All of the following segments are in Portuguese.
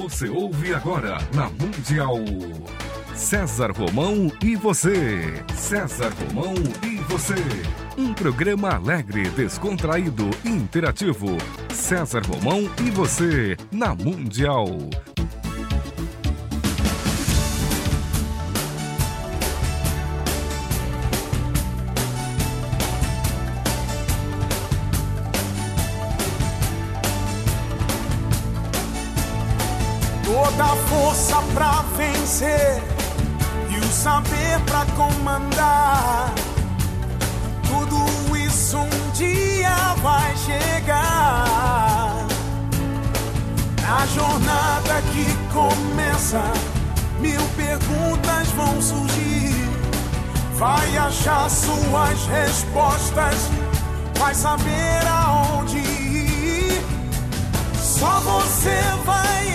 Você ouve agora na Mundial. César Romão e você. César Romão e você. Um programa alegre, descontraído e interativo. César Romão e você na Mundial. Toda a força pra vencer e o saber pra comandar. Tudo isso um dia vai chegar. Na jornada que começa, 1000 perguntas vão surgir. Vai achar suas respostas, vai saber aonde ir. Só você vai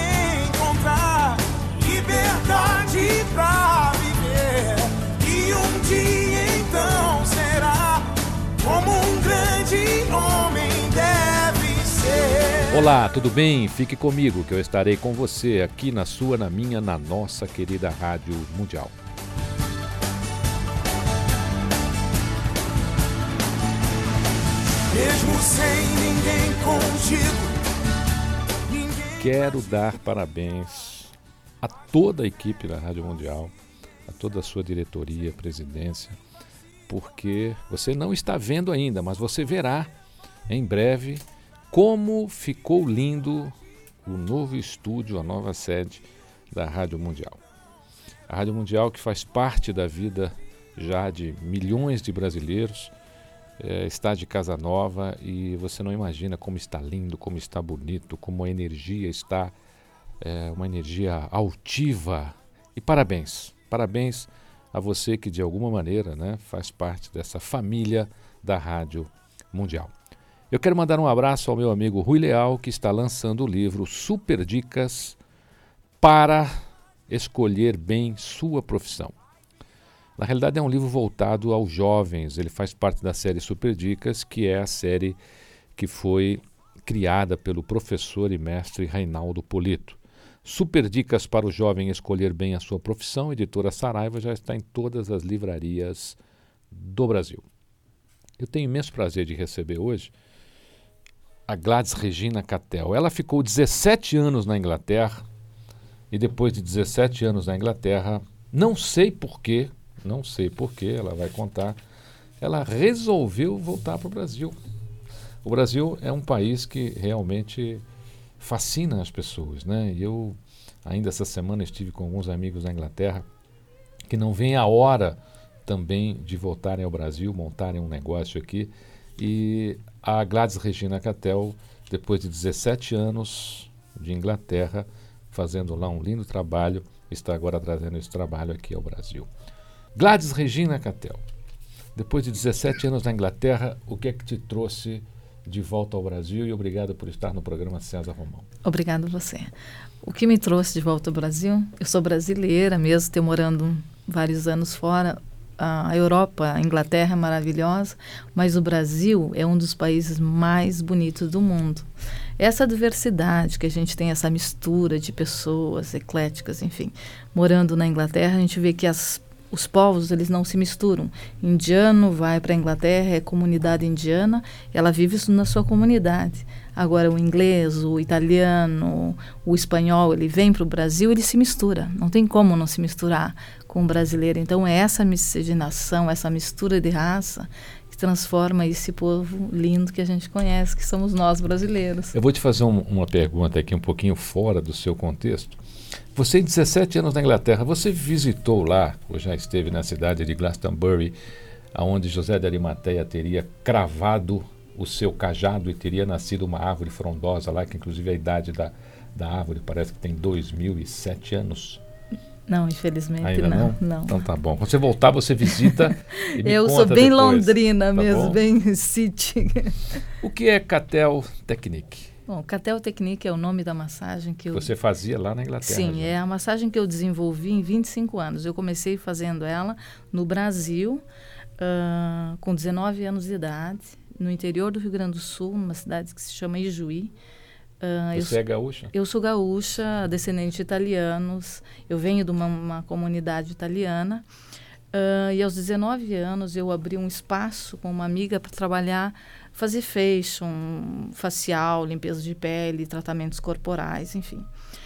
liberdade pra viver, e um dia então será como um grande homem deve ser. Olá, tudo bem? Fique comigo que eu estarei com você aqui na sua, na minha, na nossa querida Rádio Mundial. Mesmo sem ninguém contigo. Quero dar parabéns a toda a equipe da Rádio Mundial, a toda a sua diretoria, presidência, porque você não está vendo ainda, mas você verá em breve como ficou lindo o novo estúdio, a nova sede da Rádio Mundial. A Rádio Mundial, que faz parte da vida já de milhões de brasileiros, está de casa nova e você não imagina como está lindo, como está bonito, como a energia está, uma energia altiva. E parabéns a você que de alguma maneira, faz parte dessa família da Rádio Mundial. Eu quero mandar um abraço ao meu amigo Rui Leal, que está lançando o livro Super Dicas para escolher bem sua profissão. Na realidade é um livro voltado aos jovens, ele faz parte da série Super Dicas, que é a série que foi criada pelo professor e mestre Reinaldo Polito. Super Dicas para o jovem escolher bem a sua profissão, editora Saraiva, já está em todas as livrarias do Brasil. Eu tenho imenso prazer de receber hoje a Gladys Regina Catel. Ela ficou 17 anos na Inglaterra e depois de 17 anos na Inglaterra, não sei porquê, ela vai contar, ela resolveu voltar para o Brasil. O Brasil é um país que realmente fascina as pessoas, E eu, ainda essa semana, estive com alguns amigos na Inglaterra que não veem a hora também de voltarem ao Brasil, montarem um negócio aqui. E a Gladys Regina Catel, depois de 17 anos de Inglaterra, fazendo lá um lindo trabalho, está agora trazendo esse trabalho aqui ao Brasil. Gladys Regina Catel, depois de 17 anos na Inglaterra, o que é que te trouxe de volta ao Brasil? E obrigado por estar no programa César Romão. Obrigado a você. O que me trouxe de volta ao Brasil? Eu sou brasileira, mesmo ter morando vários anos fora. A Europa, a Inglaterra é maravilhosa, mas o Brasil é um dos países mais bonitos do mundo. Essa diversidade que a gente tem, essa mistura de pessoas ecléticas, enfim. Morando na Inglaterra, a gente vê que os povos, eles não se misturam. Indiano vai para a Inglaterra, é comunidade indiana, ela vive isso na sua comunidade. Agora o inglês, o italiano, o espanhol, ele vem para o Brasil, ele se mistura. Não tem como não se misturar com o brasileiro. Então é essa miscigenação, essa mistura de raça que transforma esse povo lindo que a gente conhece, que somos nós brasileiros. Eu vou te fazer uma pergunta aqui um pouquinho fora do seu contexto. Você, em 17 anos na Inglaterra, você visitou lá, ou já esteve na cidade de Glastonbury, onde José de Arimateia teria cravado o seu cajado e teria nascido uma árvore frondosa lá, que inclusive a idade da árvore parece que tem 2007 anos. Não, infelizmente ainda não. Então tá bom. Quando você voltar, você visita e me Eu conta sou bem depois, Londrina tá mesmo, bom? bem City. O que é Catel Technique? Bom, Catel Technique é o nome da massagem que Você fazia lá na Inglaterra? Sim, já. é a massagem que eu desenvolvi em 25 anos. Eu comecei fazendo ela no Brasil, com 19 anos de idade, no interior do Rio Grande do Sul, numa cidade que se chama Ijuí. Você é gaúcha? Eu sou gaúcha, descendente de italianos. Eu venho de uma comunidade italiana. E aos 19 anos eu abri um espaço com uma amiga para trabalhar, fazer fashion, facial, limpeza de pele, tratamentos corporais, enfim.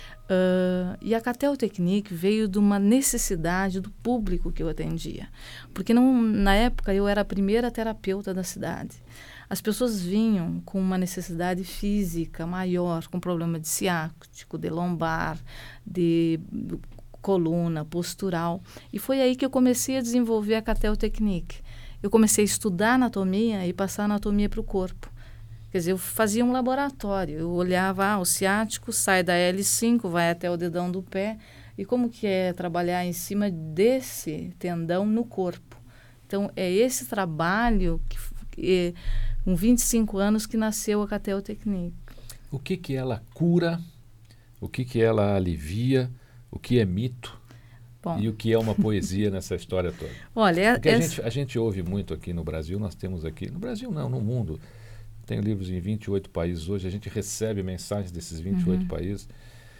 E a Catel Technique veio de uma necessidade do público que eu atendia. Porque na época eu era a primeira terapeuta da cidade. As pessoas vinham com uma necessidade física maior, com problema de ciático, de lombar, de coluna, postural. E foi aí que eu comecei a desenvolver a Catel Technique. Eu comecei a estudar anatomia e passar anatomia para o corpo. Quer dizer, eu fazia um laboratório. Eu olhava, o ciático sai da L5, vai até o dedão do pé. E como que é trabalhar em cima desse tendão no corpo? Então, é esse trabalho, com 25 anos, que nasceu a Catel Technique. O que ela cura? O que ela alivia? O que é mito? Bom. E o que é uma poesia nessa história toda? Olha, porque a gente ouve muito aqui no Brasil, nós temos aqui, no Brasil não, no mundo, tenho livros em 28 países hoje, a gente recebe mensagens desses 28 países,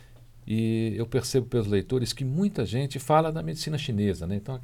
e eu percebo pelos leitores que muita gente fala da medicina chinesa, né? Então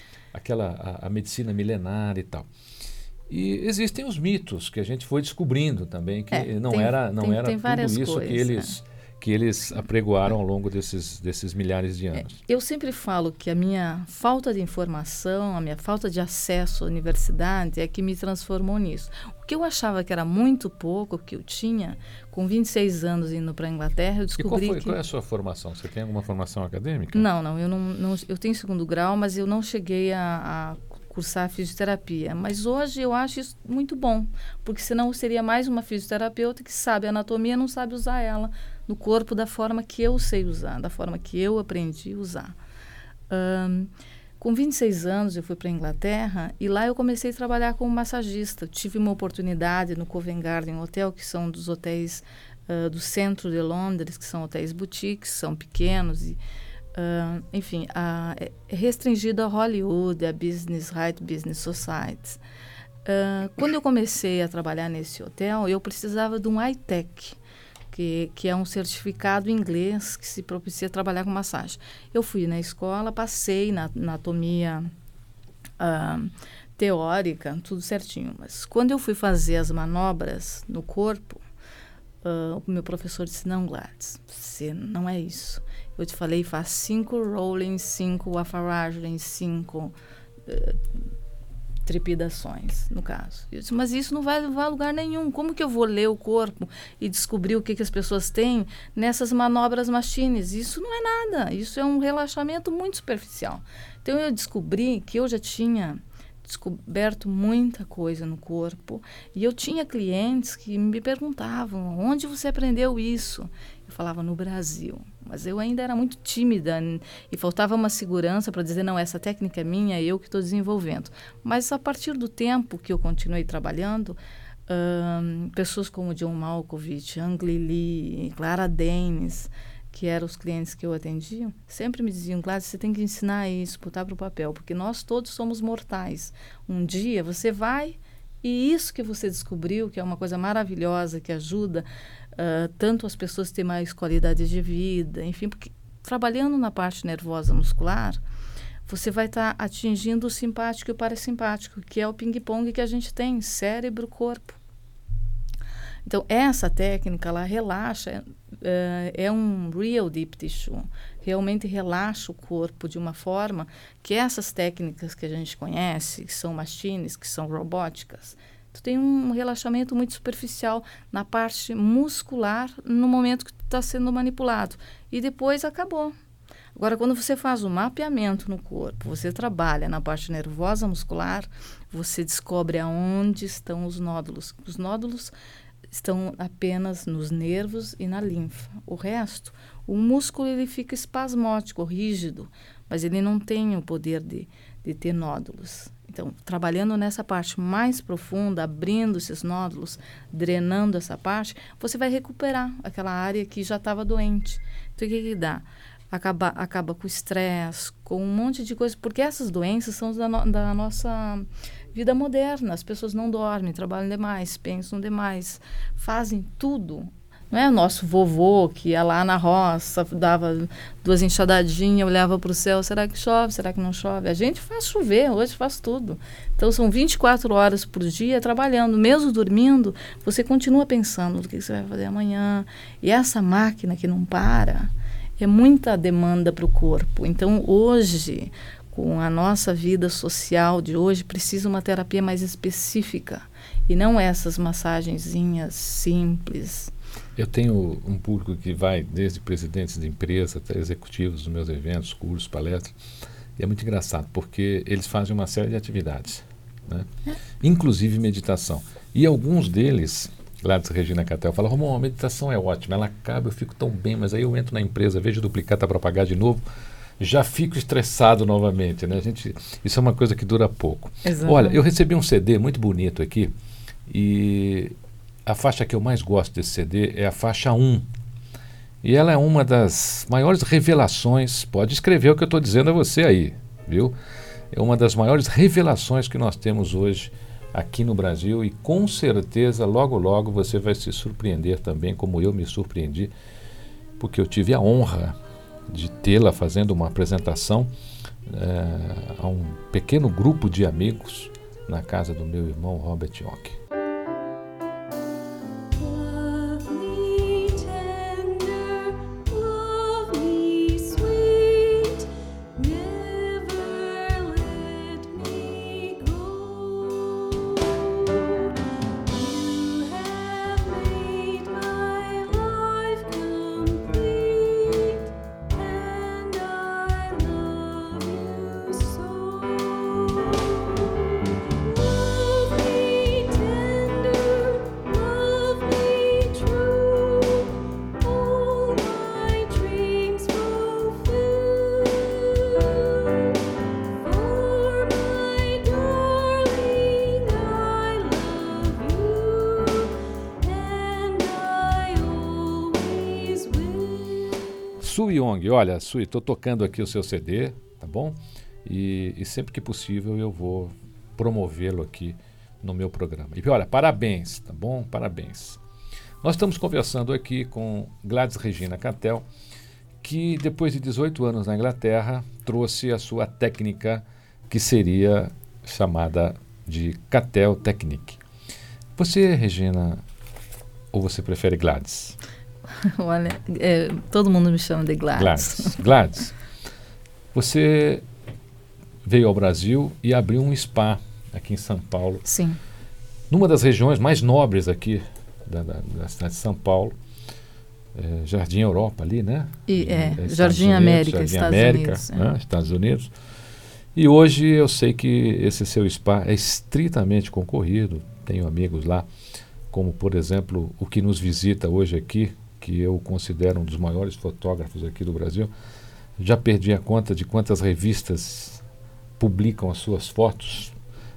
a medicina milenar e tal. E existem os mitos que a gente foi descobrindo também, que não era tudo isso coisas, que eles apregoaram ao longo desses milhares de anos. Eu sempre falo que a minha falta de informação, a minha falta de acesso à universidade é que me transformou nisso. O que eu achava que era muito pouco, que eu tinha, com 26 anos indo para a Inglaterra, eu descobri qual é a sua formação? Você tem alguma formação acadêmica? Não, eu tenho 2º grau, mas eu não cheguei a cursar fisioterapia. Mas hoje eu acho isso muito bom, porque senão eu seria mais uma fisioterapeuta que sabe anatomia, não sabe usar ela no corpo da forma que eu sei usar, da forma que eu aprendi a usar. Com 26 anos eu fui para a Inglaterra e lá eu comecei a trabalhar como massagista. Tive uma oportunidade no Covent Garden Hotel, que são dos hotéis do centro de Londres, que são hotéis boutiques, são pequenos e enfim, é restringido a Hollywood, a High Business Society. Quando eu comecei a trabalhar nesse hotel, eu precisava de um ITEC, que é um certificado em inglês que se propicia trabalhar com massagem. Eu fui na escola, passei na anatomia teórica, tudo certinho. Mas quando eu fui fazer as manobras no corpo, o meu professor disse, não, Gladys, você não é isso. Eu te falei, faz 5 rollings, 5 afaragens, 5 trepidações, no caso. Eu disse, mas isso não vai levar a lugar nenhum. Como que eu vou ler o corpo e descobrir o que as pessoas têm nessas manobras machines? Isso não é nada. Isso é um relaxamento muito superficial. Então, eu descobri que eu já tinha descoberto muita coisa no corpo e eu tinha clientes que me perguntavam, onde você aprendeu isso? Eu falava, no Brasil. Mas eu ainda era muito tímida e faltava uma segurança para dizer, não, essa técnica é minha, eu que estou desenvolvendo. Mas a partir do tempo que eu continuei trabalhando, pessoas como John Malkovich, Ang Lee, Clara Denis, que eram os clientes que eu atendia, sempre me diziam, Gladys, você tem que ensinar isso, botar para o papel, porque nós todos somos mortais. Um dia você vai e isso que você descobriu, que é uma coisa maravilhosa, que ajuda tanto as pessoas a terem mais qualidade de vida, enfim, porque trabalhando na parte nervosa muscular, você vai estar atingindo o simpático e o parasimpático, que é o ping-pong que a gente tem, cérebro-corpo. Então, essa técnica, ela relaxa, é um real deep tissue, realmente relaxa o corpo de uma forma que essas técnicas que a gente conhece, que são machines, que são robóticas, tu tem um relaxamento muito superficial na parte muscular no momento que tu está sendo manipulado. E depois acabou. Agora, quando você faz o mapeamento no corpo, você trabalha na parte nervosa muscular, você descobre aonde estão os nódulos. Os nódulos estão apenas nos nervos e na linfa. O resto, o músculo ele fica espasmótico, rígido, mas ele não tem o poder de ter nódulos. Então, trabalhando nessa parte mais profunda, abrindo esses nódulos, drenando essa parte, você vai recuperar aquela área que já estava doente. Então, o que dá? Acaba com o estresse, com um monte de coisa, porque essas doenças são da nossa vida moderna. As pessoas não dormem, trabalham demais, pensam demais, fazem tudo Não é o nosso vovô que ia lá na roça, dava 2 enxadadinhas, olhava para o céu, será que chove, será que não chove? A gente faz chover, hoje faz tudo. Então são 24 horas por dia trabalhando, mesmo dormindo, você continua pensando no que você vai fazer amanhã. E essa máquina que não para, é muita demanda para o corpo. Então hoje, com a nossa vida social de hoje, precisa uma terapia mais específica e não essas massagenzinhas simples. Eu tenho um público que vai desde presidentes de empresa até executivos dos meus eventos, cursos, palestras, e é muito engraçado, porque eles fazem uma série de atividades, né? Inclusive meditação. E alguns deles, Gladys Regina Catel, falam, Romão, a meditação é ótima, ela acaba, eu fico tão bem, mas aí eu entro na empresa, vejo duplicata para pagar de novo, já fico estressado novamente, né? Isso é uma coisa que dura pouco. Exatamente. Olha, eu recebi um CD muito bonito aqui, e a faixa que eu mais gosto desse CD é a faixa 1. E ela é uma das maiores revelações, pode escrever o que eu estou dizendo a você aí, viu? É uma das maiores revelações que nós temos hoje aqui no Brasil e com certeza logo logo você vai se surpreender também, como eu me surpreendi, porque eu tive a honra de tê-la fazendo uma apresentação a um pequeno grupo de amigos na casa do meu irmão Robert Young. Sue Young, olha, Sue, estou tocando aqui o seu CD, tá bom? E sempre que possível eu vou promovê-lo aqui no meu programa. E olha, parabéns, tá bom? Parabéns. Nós estamos conversando aqui com Gladys Regina Catel, que depois de 18 anos na Inglaterra, trouxe a sua técnica que seria chamada de Catel Technique. Você, Regina, ou você prefere Gladys? Olha, todo mundo me chama de Gladys. Gladys, você veio ao Brasil e abriu um spa aqui em São Paulo. Sim. Numa das regiões mais nobres aqui da cidade de São Paulo, Jardim Europa ali, né? Jardim América, Estados Unidos. Né? Estados Unidos. E hoje eu sei que esse seu spa é estritamente concorrido, tenho amigos lá, como por exemplo o que nos visita hoje aqui, que eu considero um dos maiores fotógrafos aqui do Brasil. Já perdi a conta de quantas revistas publicam as suas fotos,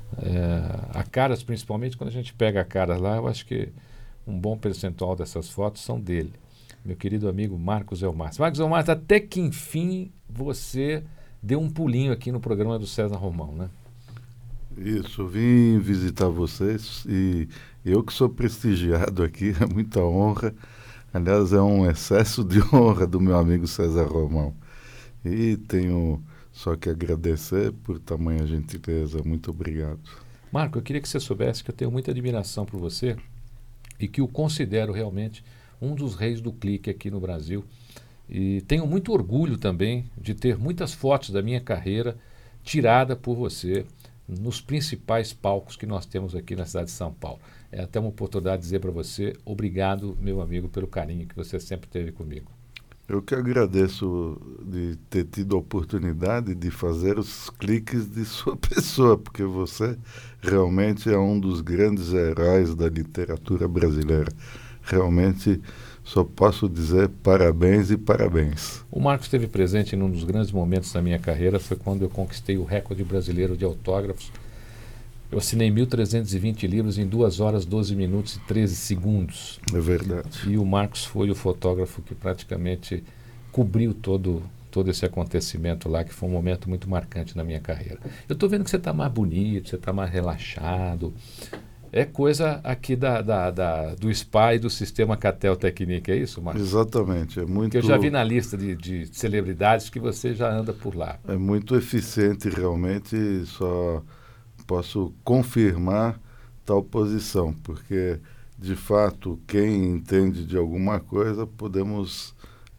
a caras, principalmente quando a gente pega a caras lá, eu acho que um bom percentual dessas fotos são dele, meu querido amigo Marcos Elmar. Marcos Elmar, até que enfim você deu um pulinho aqui no programa do César Romão, né? Isso, vim visitar vocês e eu que sou prestigiado aqui, é muita honra. Aliás, é um excesso de honra do meu amigo César Romão. E tenho só que agradecer por tamanha gentileza. Muito obrigado. Marco, eu queria que você soubesse que eu tenho muita admiração por você e que o considero realmente um dos reis do clique aqui no Brasil. E tenho muito orgulho também de ter muitas fotos da minha carreira tirada por você nos principais palcos que nós temos aqui na cidade de São Paulo. É até uma oportunidade de dizer para você, obrigado, meu amigo, pelo carinho que você sempre teve comigo. Eu que agradeço de ter tido a oportunidade de fazer os cliques de sua pessoa, porque você realmente é um dos grandes heróis da literatura brasileira. Realmente só posso dizer parabéns e parabéns. O Marcos esteve presente em um dos grandes momentos da minha carreira, foi quando eu conquistei o recorde brasileiro de autógrafos. Eu assinei 1.320 livros em 2 horas, 12 minutos e 13 segundos. É verdade. E o Marcos foi o fotógrafo que praticamente cobriu todo esse acontecimento lá, que foi um momento muito marcante na minha carreira. Eu estou vendo que você está mais bonito, você está mais relaxado. é coisa aqui do SPA e do sistema Catel Technique, é isso, Marcos? Exatamente. É muito, que eu já vi na lista de celebridades que você já anda por lá. É muito eficiente realmente, só posso confirmar tal posição, porque, de fato, quem entende de alguma coisa, podemos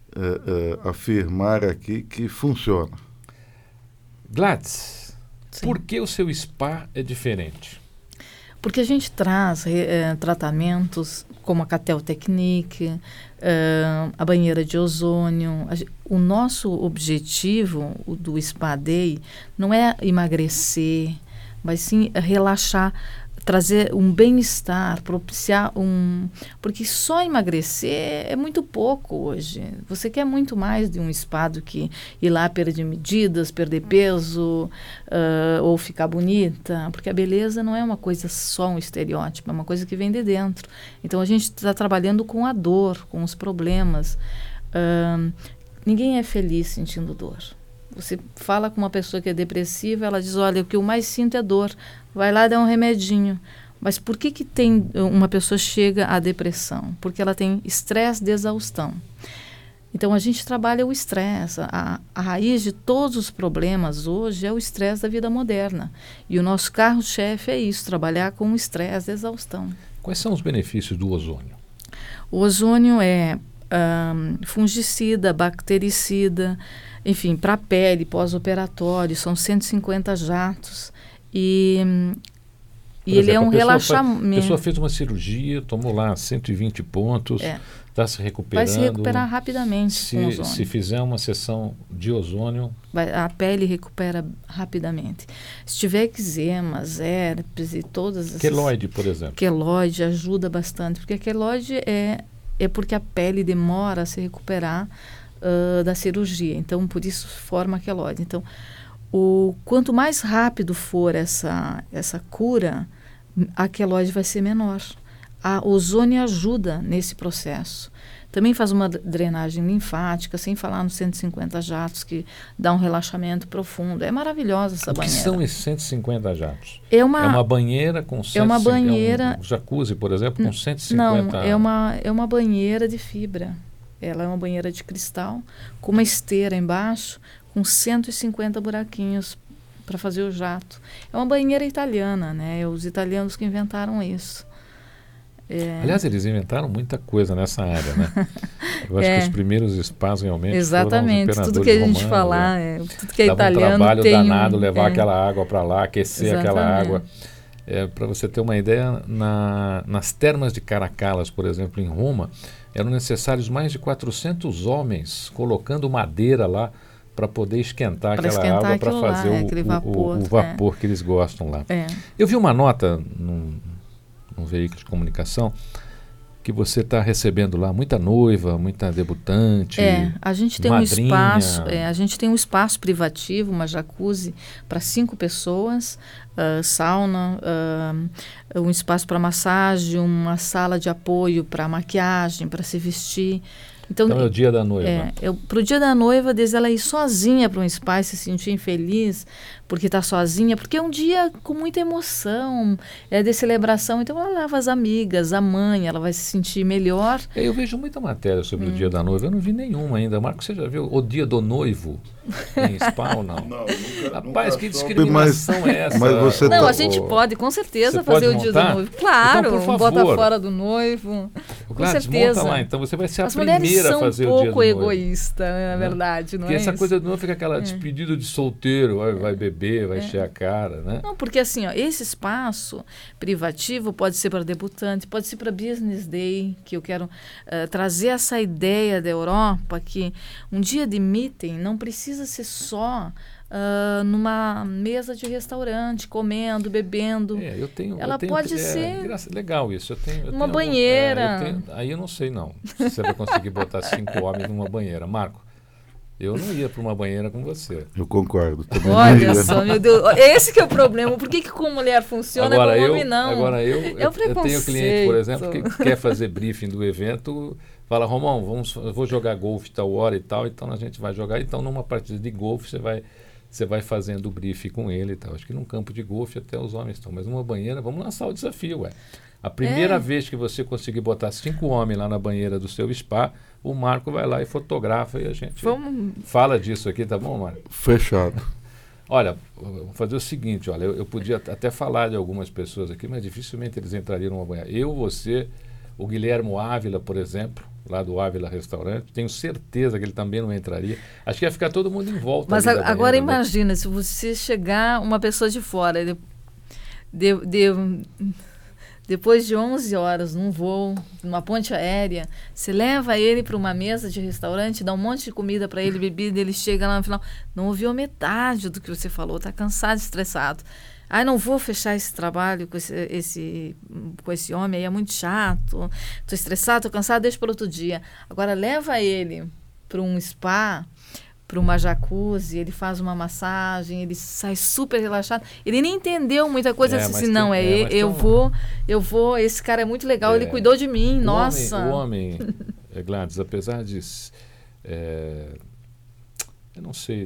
afirmar aqui que funciona. Gladys, Sim. por que o seu SPA é diferente? Porque a gente traz tratamentos como a Catel Technique, a banheira de ozônio. O nosso objetivo do Spa Day não é emagrecer, mas sim relaxar, trazer um bem-estar, propiciar porque só emagrecer é muito pouco hoje. Você quer muito mais de um spa do que ir lá perder medidas, perder peso, ou ficar bonita, porque a beleza não é uma coisa só um estereótipo, é uma coisa que vem de dentro. Então a gente está trabalhando com a dor, com os problemas. Ninguém é feliz sentindo dor. Você fala com uma pessoa que é depressiva, ela diz, olha, o que eu mais sinto é dor. Vai lá dar um remedinho. Mas por que uma pessoa chega à depressão? Porque ela tem estresse de exaustão. Então, a gente trabalha o estresse. A raiz de todos os problemas hoje é o estresse da vida moderna. E o nosso carro-chefe é isso, trabalhar com o estresse de exaustão. Quais são os benefícios do ozônio? O ozônio é fungicida, bactericida, enfim, para a pele, pós-operatório, são 150 jatos. E ele é um relaxamento. A pessoa fez uma cirurgia, tomou lá 120 pontos, está se recuperando. Vai se recuperar rapidamente com ozônio. Se fizer uma sessão de ozônio... A pele recupera rapidamente. Se tiver eczemas, herpes e todas essas... Queloide, por exemplo. Queloide ajuda bastante, porque a queloide é porque a pele demora a se recuperar da cirurgia. Então, por isso forma a queloide. Então, quanto mais rápido for essa cura, a queloide vai ser menor. A ozônio ajuda nesse processo. Também faz uma drenagem linfática, sem falar nos 150 jatos, que dá um relaxamento profundo. É maravilhosa essa banheira. O que são esses 150 jatos? É uma banheira com 150... É uma banheira... um jacuzzi, por exemplo, com 150... Não, é uma banheira de fibra. Ela é uma banheira de cristal, com uma esteira embaixo, com 150 buraquinhos para fazer o jato. É uma banheira italiana, né? Os italianos que inventaram isso. Aliás, eles inventaram muita coisa nessa área, né? Eu acho que os primeiros spas realmente exatamente, foram os tudo que a gente romanos, falar, tudo que é italiano um trabalho tem danado, levar aquela água para lá, aquecer aquela água. Para você ter uma ideia, nas termas de Caracalas, por exemplo, em Roma, eram necessários mais de 400 homens colocando madeira lá para poder esquentar aquela água para fazer o vapor que eles gostam lá. Eu vi uma nota num veículo de comunicação que você está recebendo lá muita noiva, muita debutante, a gente tem madrinha. A gente tem um espaço privativo, uma jacuzzi para 5 pessoas, sauna, um espaço para massagem, uma sala de apoio para maquiagem, para se vestir. Então é o dia da noiva. Para o dia da noiva, desde ela ir sozinha para um spa e se sentir infeliz porque está sozinha, porque é um dia com muita emoção, de celebração. Então ela leva as amigas, a mãe, ela vai se sentir melhor. Eu vejo muita matéria sobre o dia da noiva, eu não vi nenhuma ainda. Marcos, você já viu o dia do noivo em spa ou não? Não, Rapaz, que discriminação é essa? Mas você a gente pode, com certeza, fazer o dia do noivo. Claro, então, por favor, bota fora do noivo. Com certeza. Monta lá, então você vai ser As a primeira a fazer o dia do noivo. mulheres são um pouco egoístas, na verdade, não é? Porque essa coisa do noivo fica aquela despedida de solteiro, vai beber, vai encher a cara, né? Não, porque assim, esse espaço privativo pode ser para debutante, pode ser para business day, que eu quero trazer essa ideia da Europa, que um dia de meeting não precisa ser só numa mesa de restaurante, comendo, bebendo. Ela pode ser legal isso. Eu tenho uma banheira. Aí eu não sei não. Se você vai conseguir botar 5 homens numa banheira. Marco, eu não ia para uma banheira com você. Eu concordo. Também olha só, meu Deus. Esse que é o problema. Por que com mulher funciona e com homem não? Agora eu tenho cliente, por exemplo, que quer fazer briefing do evento, fala, Romão, eu vou jogar golfe tal hora e tal, então a gente vai jogar. Então numa partida de golfe você vai você vai fazendo o briefing com ele e tal. Acho que num campo de golfe até os homens estão. Mas numa banheira, vamos lançar o desafio, ué. A primeira vez que você conseguir botar 5 homens lá na banheira do seu spa, o Marco vai lá e fotografa e a gente fala disso aqui, tá bom, Marco? Fechado. Olha, vamos fazer o seguinte, olha, eu podia até falar de algumas pessoas aqui, mas dificilmente eles entrariam numa banheira. Eu, você, o Guilhermo Ávila, por exemplo, lá do Ávila Restaurante, tenho certeza que ele também não entraria. Acho que ia ficar todo mundo em volta. Mas ali da agora banheira, imagina, se você chegar uma pessoa de fora, depois de 11 horas num voo, numa ponte aérea, você leva ele para uma mesa de restaurante, dá um monte de comida para ele, bebida, ele chega lá no final, não ouviu metade do que você falou, está cansado, estressado. Ah, não vou fechar esse trabalho com esse homem aí, é muito chato, estou estressado, estou cansado, deixa para outro dia. Agora leva ele para um spa, para uma jacuzzi, ele faz uma massagem, ele sai super relaxado. Ele nem entendeu muita coisa, ele disse assim, não, eu vou, esse cara é muito legal, ele cuidou de mim, nossa. O homem, Gladys, apesar de, eu não sei,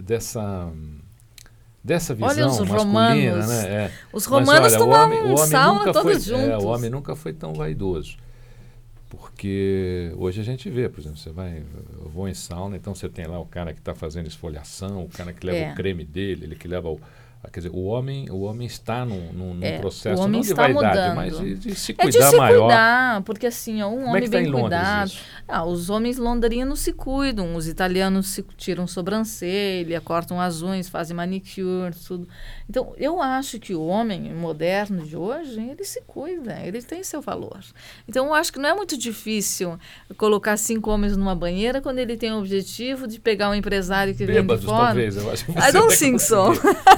dessa visão olha os masculina, romanos, né? Os romanos tomavam sauna todos juntos. O homem nunca foi tão vaidoso. Porque hoje a gente vê, por exemplo, eu vou em sauna, então você tem lá o cara que está fazendo esfoliação, o cara que leva o creme dele, ele que leva quer dizer, o homem está num processo não de vaidade, mas de se cuidar maior. Cuidar, porque assim, um homem tá bem cuidado. Os homens londrinos se cuidam, os italianos se tiram sobrancelha, cortam as unhas, fazem manicure, tudo. Então, eu acho que o homem moderno de hoje, ele se cuida, ele tem seu valor. Então, eu acho que não é muito difícil colocar 5 homens numa banheira quando ele tem o objetivo de pegar um empresário que vem de fora. Talvez, eu acho que I don't think so.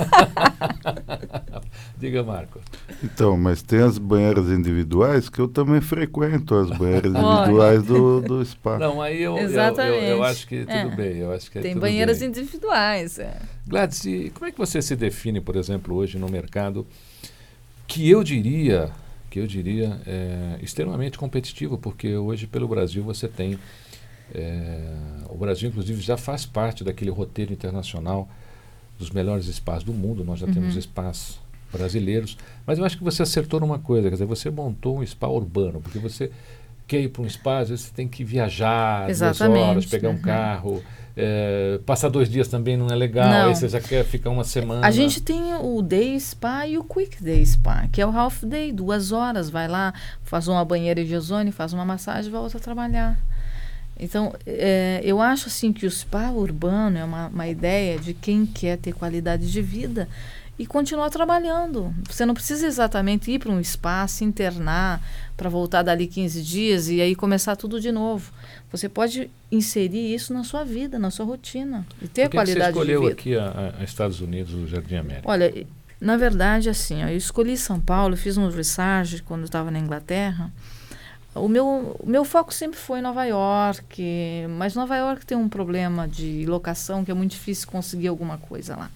Diga, Marco. Então, mas tem as banheiras individuais que eu também frequento, as banheiras individuais do spa. Não, aí eu acho que tudo bem. Eu acho que tem banheiras individuais. Gladys, e como é que você se define, por exemplo, hoje no mercado que eu diria extremamente competitivo, porque hoje pelo Brasil você tem o Brasil inclusive já faz parte daquele roteiro internacional dos melhores spas do mundo. Nós já temos spas brasileiros, mas eu acho que você acertou numa coisa, quer dizer, você montou um spa urbano, porque você quer ir para um spa, às vezes você tem que viajar 2 horas, pegar um carro, passar 2 dias também não é legal, aí você já quer ficar uma semana. A gente tem o Day Spa e o Quick Day Spa, que é o half day, 2 horas, vai lá, faz uma banheira de ozônio, faz uma massagem e volta a trabalhar. Então, eu acho assim que o spa urbano é uma ideia de quem quer ter qualidade de vida e continuar trabalhando. Você não precisa exatamente ir para um spa, se internar para voltar dali 15 dias e aí começar tudo de novo. Você pode inserir isso na sua vida, na sua rotina e ter qualidade de vida. Por que você escolheu aqui a Estados Unidos, o Jardim América? Olha, na verdade, assim, eu escolhi São Paulo, fiz um research quando eu estava na Inglaterra. O meu foco sempre foi Nova York, mas Nova York tem um problema de locação que é muito difícil conseguir alguma coisa lá.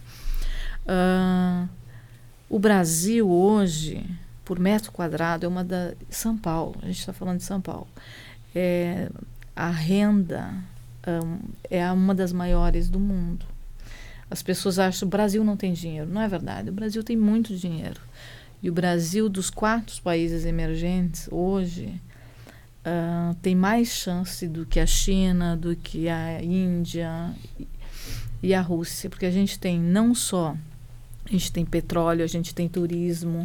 O Brasil hoje, por metro quadrado, São Paulo, a gente está falando de São Paulo, a renda é uma das maiores do mundo. As pessoas acham que o Brasil não tem dinheiro. Não é verdade, o Brasil tem muito dinheiro. E o Brasil, dos 4 países emergentes, hoje, tem mais chance do que a China, do que a Índia e a Rússia, porque a gente tem não só, a gente tem petróleo, a gente tem turismo,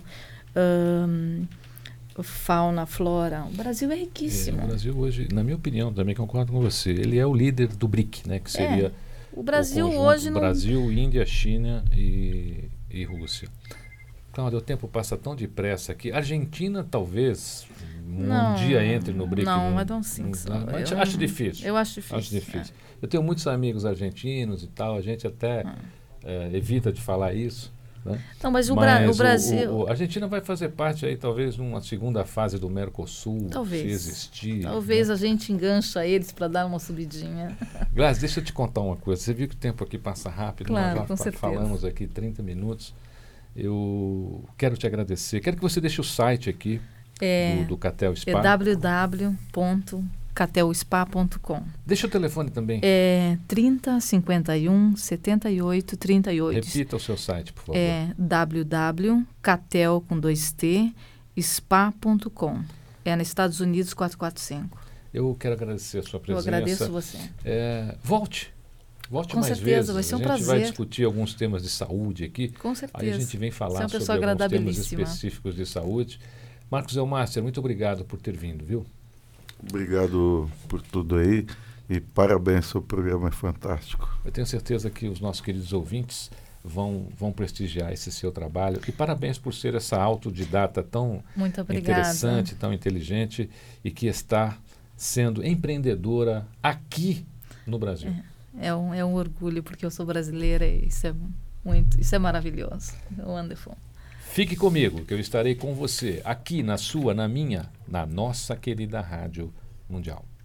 fauna, flora. O Brasil é riquíssimo. O Brasil hoje, na minha opinião, também concordo com você, ele é o líder do BRIC, né, que seria o Brasil hoje Brasil, Índia, China e Rússia. Cláudia, o tempo passa tão depressa aqui. Argentina, talvez, um dia entre no BRIC. Não, I don't think so. Acho difícil. Eu acho difícil. Eu tenho muitos amigos argentinos e tal, a gente até evita de falar isso. Né? Não, mas o Brasil... A Argentina vai fazer parte aí, talvez, numa segunda fase do Mercosul, se existir. Talvez a gente engancha eles para dar uma subidinha. Gladys, deixa eu te contar uma coisa. Você viu que o tempo aqui passa rápido, claro, nós já falamos aqui 30 minutos. Eu quero te agradecer. Quero que você deixe o site aqui do Catel Spa. É www.catel.com.br. catelspa.com. Deixa o telefone também. É 30 51 78 38. Repita o seu site, por favor. É www.catel com 2T spa.com. É nos Estados Unidos 445. Eu quero agradecer a sua presença. Eu agradeço você. Volte Com mais certeza, vezes. vai ser um A gente prazer. vai discutir alguns temas de saúde aqui. Com certeza. Aí a gente vem falar Você é uma sobre pessoa alguns temas agradabilíssima. específicos de saúde. Marcos Elmaster, muito obrigado por ter vindo, viu? Obrigado por tudo aí e parabéns, o programa é fantástico. Eu tenho certeza que os nossos queridos ouvintes vão prestigiar esse seu trabalho. E parabéns por ser essa autodidata tão Muito obrigada. interessante, tão inteligente e que está sendo empreendedora aqui no Brasil. É um orgulho, porque eu sou brasileira e isso é maravilhoso. É wonderful. Fique comigo, que eu estarei com você aqui na sua, na minha, na nossa querida Rádio Mundial.